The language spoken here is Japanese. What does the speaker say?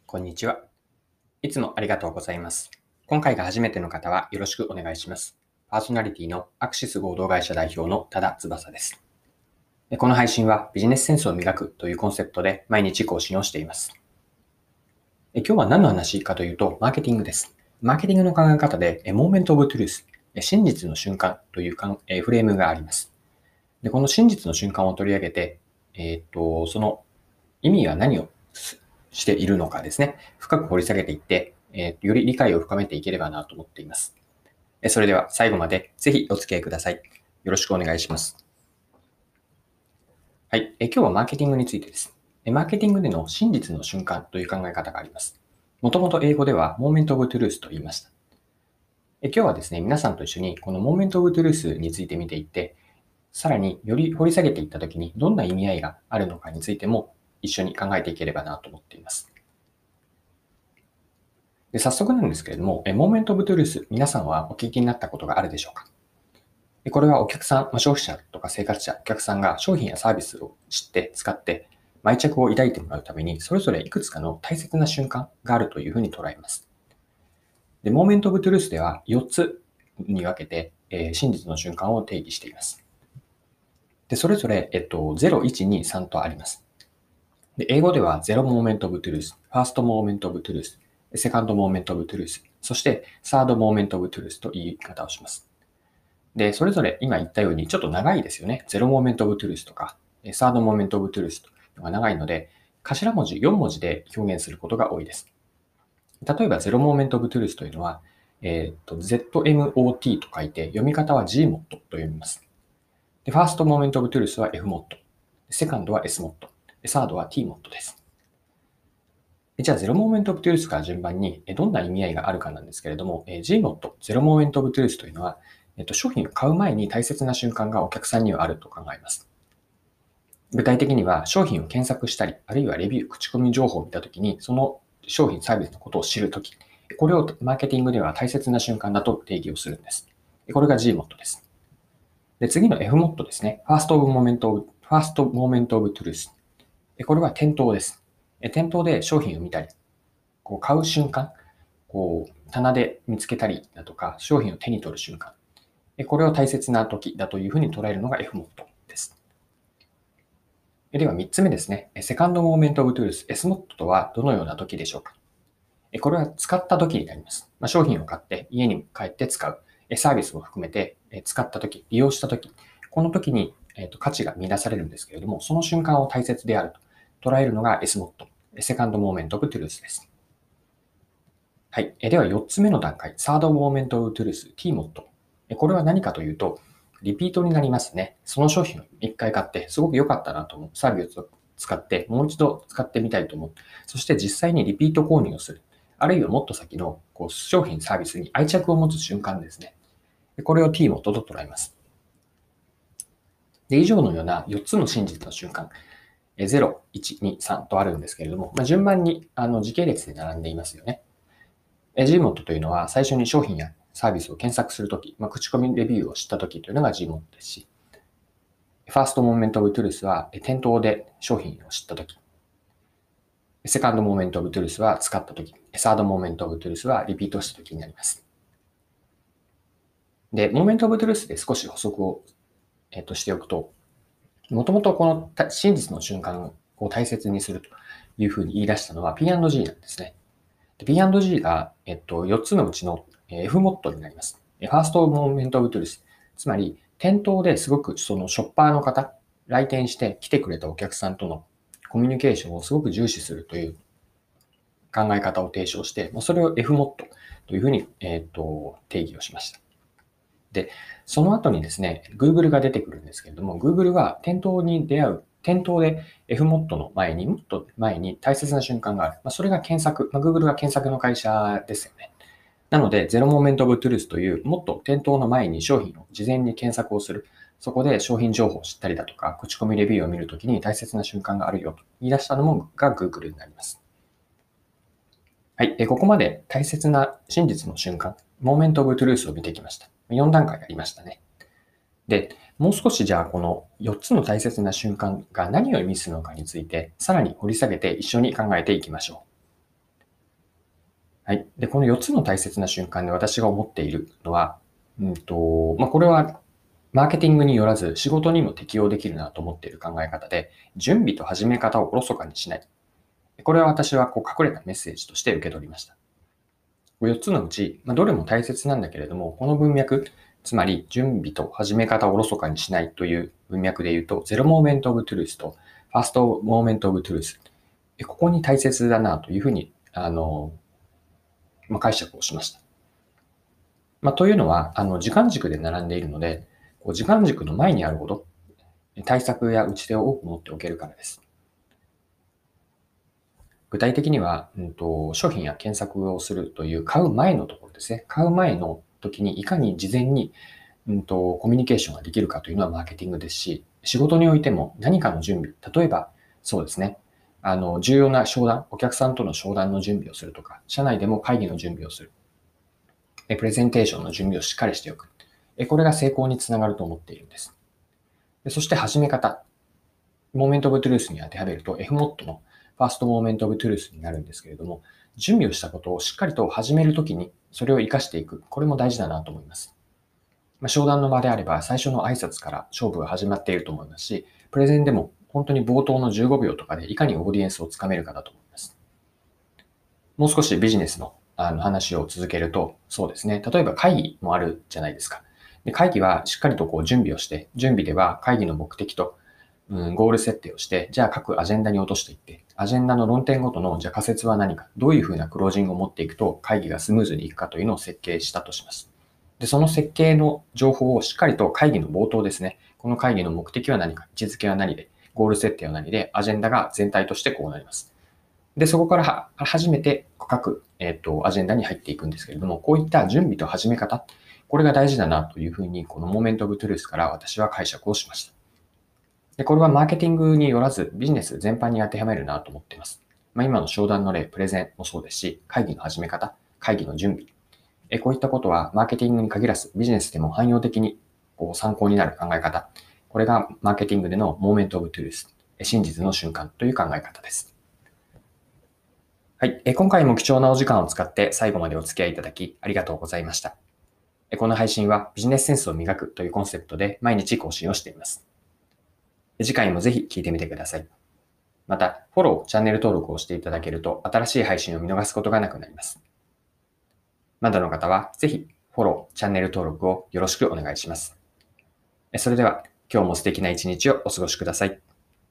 こんにちは。いつもありがとうございます。今回が初めての方はよろしくお願いします。パーソナリティのアクシス合同会社代表の多田翼です。この配信はビジネスセンスを磨くというコンセプトで毎日更新をしています。今日は何の話かというと、マーケティングです。マーケティングの考え方で、モーメントオブトゥルース、真実の瞬間というフレームがあります。で、この真実の瞬間を取り上げて、その意味は何をしているのかですね、深く掘り下げていって、より理解を深めていければなと思っています。それでは最後までぜひお付き合いください。よろしくお願いします。はい、今日はマーケティングについてです。マーケティングでの真実の瞬間という考え方があります。もともと英語ではモーメントオブトゥルースと言いました。今日はですね、皆さんと一緒にこのモーメントオブトゥルースについて見ていって、さらにより掘り下げていったときにどんな意味合いがあるのかについても一緒に考えていければなと思っています。で、早速なんですけれども、モーメントオブトゥルース、皆さんはお聞きになったことがあるでしょうか？これはお客さん、消費者とか生活者、お客さんが商品やサービスを知って使って愛着を抱いてもらうために、それぞれいくつかの大切な瞬間があるというふうに捉えます。で、モーメントオブトゥルースでは4つに分けて、真実の瞬間を定義しています。で、それぞれ、0、1、2、3とあります。で、英語ではゼロモーメントオブトゥルース、ファーストモーメントオブトゥルース、セカンドモーメントオブトゥルース、そしてサードモーメントオブトゥルースという言い方をします。で、それぞれ今言ったようにちょっと長いですよね。ゼロモーメントオブトゥルースとか、サードモーメントオブトゥルースというのが長いので、頭文字4文字で表現することが多いです。例えば、ゼロモーメントオブトゥルースというのは、ZMOT と書いて、読み方は GMOT と読みます。で、ファーストモーメントオブトゥルースは FMOT、セカンドは SMOT、サードは TMOT です。じゃあ、ゼロモーメントオブトゥルースから順番にどんな意味合いがあるかなんですけれども、GMOT、ゼロモーメントオブトゥルースというのは、商品を買う前に大切な瞬間がお客さんにはあると考えます。具体的には、商品を検索したり、あるいはレビュー、口コミ情報を見たときに、その商品、サービスのことを知るとき、これをマーケティングでは大切な瞬間だと定義をするんです。これが GMOT です。で、次の FMOT ですね。ファーストモーメントオブトゥルース。これは店頭です。店頭で商品を見たり、買う瞬間、棚で見つけたりだとか、商品を手に取る瞬間。これを大切な時だというふうに捉えるのが FMOT です。では3つ目ですね。セカンドモーメントオブトゥルース、SMOT とはどのような時でしょうか？これは使った時になります。商品を買って家に帰って使う。サービスも含めて使った時、利用した時、この時に価値が見出されるんですけれども、その瞬間を大切であると捉えるのが SMOT、セカンドモーメントオブトゥルースです。はい。では4つ目の段階、サードモーメントオブトゥルース、TMOT。これは何かというと、リピートになりますね。その商品を1回買って、すごく良かったなと思う。サービスを使って、もう一度使ってみたいと思う。そして実際にリピート購入をする。あるいはもっと先の商品、サービスに愛着を持つ瞬間ですね。これを TMOT と捉えます。で、以上のような4つの真実の瞬間、0、1、2、3とあるんですけれども、順番に時系列で並んでいますよね。GMOT というのは最初に商品やサービスを検索するとき、口コミレビューを知ったときというのが GMOT ですし、ファーストモーメントオブトゥルースは店頭で商品を知ったとき、セカンドモーメントオブトゥルースは使ったとき、サードモーメントオブトゥルースはリピートしたときになります。で、モーメントオブトゥルースで少し補足を、しておくと、もともとこの真実の瞬間を大切にするというふうに言い出したのは P&G なんですね。P&G が、4つのうちの FMOT になります。ファーストモーメントオブトゥルース。つまり、店頭ですごくそのショッパーの方、来店して来てくれたお客さんとのコミュニケーションをすごく重視するという考え方を提唱して、それを FMOT というふうに、定義をしました。で、その後にですね、Google が出てくるんですけれども、Google は店頭で FMOT の前に、もっと前に大切な瞬間がある。それが検索。Google が検索の会社ですよね。なので、ゼロモーメントオブトゥルースという、もっと店頭の前に商品を事前に検索をする。そこで商品情報を知ったりだとか、口コミレビューを見るときに大切な瞬間があるよと言い出したのが Google になります。はい。ここまで大切な真実の瞬間、モーメントオブトゥルースを見てきました。4段階ありましたね。で、もう少しじゃあこの4つの大切な瞬間が何を意味するのかについて、さらに掘り下げて一緒に考えていきましょう。 はい。で、この4つの大切な瞬間で私が思っているのは、これはマーケティングによらず仕事にも適用できるなと思っている考え方で、準備と始め方をおろそかにしない。これは私は隠れたメッセージとして受け取りました。4つのうち、どれも大切なんだけれども、この文脈、つまり準備と始め方をおろそかにしないという文脈で言うと、ゼロモーメントオブトゥルースとファーストモーメントオブトゥルース。ここに大切だなというふうに、解釈をしました。というのは、時間軸で並んでいるので、時間軸の前にあるほど、対策や打ち手を多く持っておけるからです。具体的には、商品や検索をするという買う前のところですね。買う前の時にいかに事前に、コミュニケーションができるかというのはマーケティングですし、仕事においても何かの準備、例えばそうですね、重要な商談、お客さんとの商談の準備をするとか、社内でも会議の準備をする。プレゼンテーションの準備をしっかりしておく。これが成功につながると思っているんです。そして始め方。モーメントオブトゥルースに当てはめると F モットのファーストモーメントオブトゥルースになるんですけれども、準備をしたことをしっかりと始めるときにそれを活かしていく。これも大事だなと思います。商談の場であれば最初の挨拶から勝負が始まっていると思いますし、プレゼンでも本当に冒頭の15秒とかでいかにオーディエンスをつかめるかだと思います。もう少しビジネスの話を続けると、そうですね。例えば会議もあるじゃないですか。で会議はしっかりと準備をして、準備では会議の目的と、ゴール設定をして、じゃあ各アジェンダに落としていって、アジェンダの論点ごとの、じゃあ仮説は何か、どういうふうなクロージングを持っていくと会議がスムーズにいくかというのを設計したとします。で、その設計の情報をしっかりと会議の冒頭ですね。この会議の目的は何か、位置づけは何で、ゴール設定は何で、アジェンダが全体としてこうなります。で、そこから初めて各、アジェンダに入っていくんですけれども、こういった準備と始め方、これが大事だなというふうに、このモーメントオブトゥルースから私は解釈をしました。で、これはマーケティングによらず、ビジネス全般に当てはめるなと思っています。今の商談の例、プレゼンもそうですし、会議の始め方、会議の準備、こういったことはマーケティングに限らず、ビジネスでも汎用的に参考になる考え方。これがマーケティングでのモーメントオブトゥルース、真実の瞬間という考え方です。はい。今回も貴重なお時間を使って最後までお付き合いいただきありがとうございました。この配信はビジネスセンスを磨くというコンセプトで毎日更新をしています。次回もぜひ聞いてみてください。また、フォロー、チャンネル登録をしていただけると新しい配信を見逃すことがなくなります。まだの方はぜひフォロー、チャンネル登録をよろしくお願いします。それでは今日も素敵な一日をお過ごしください。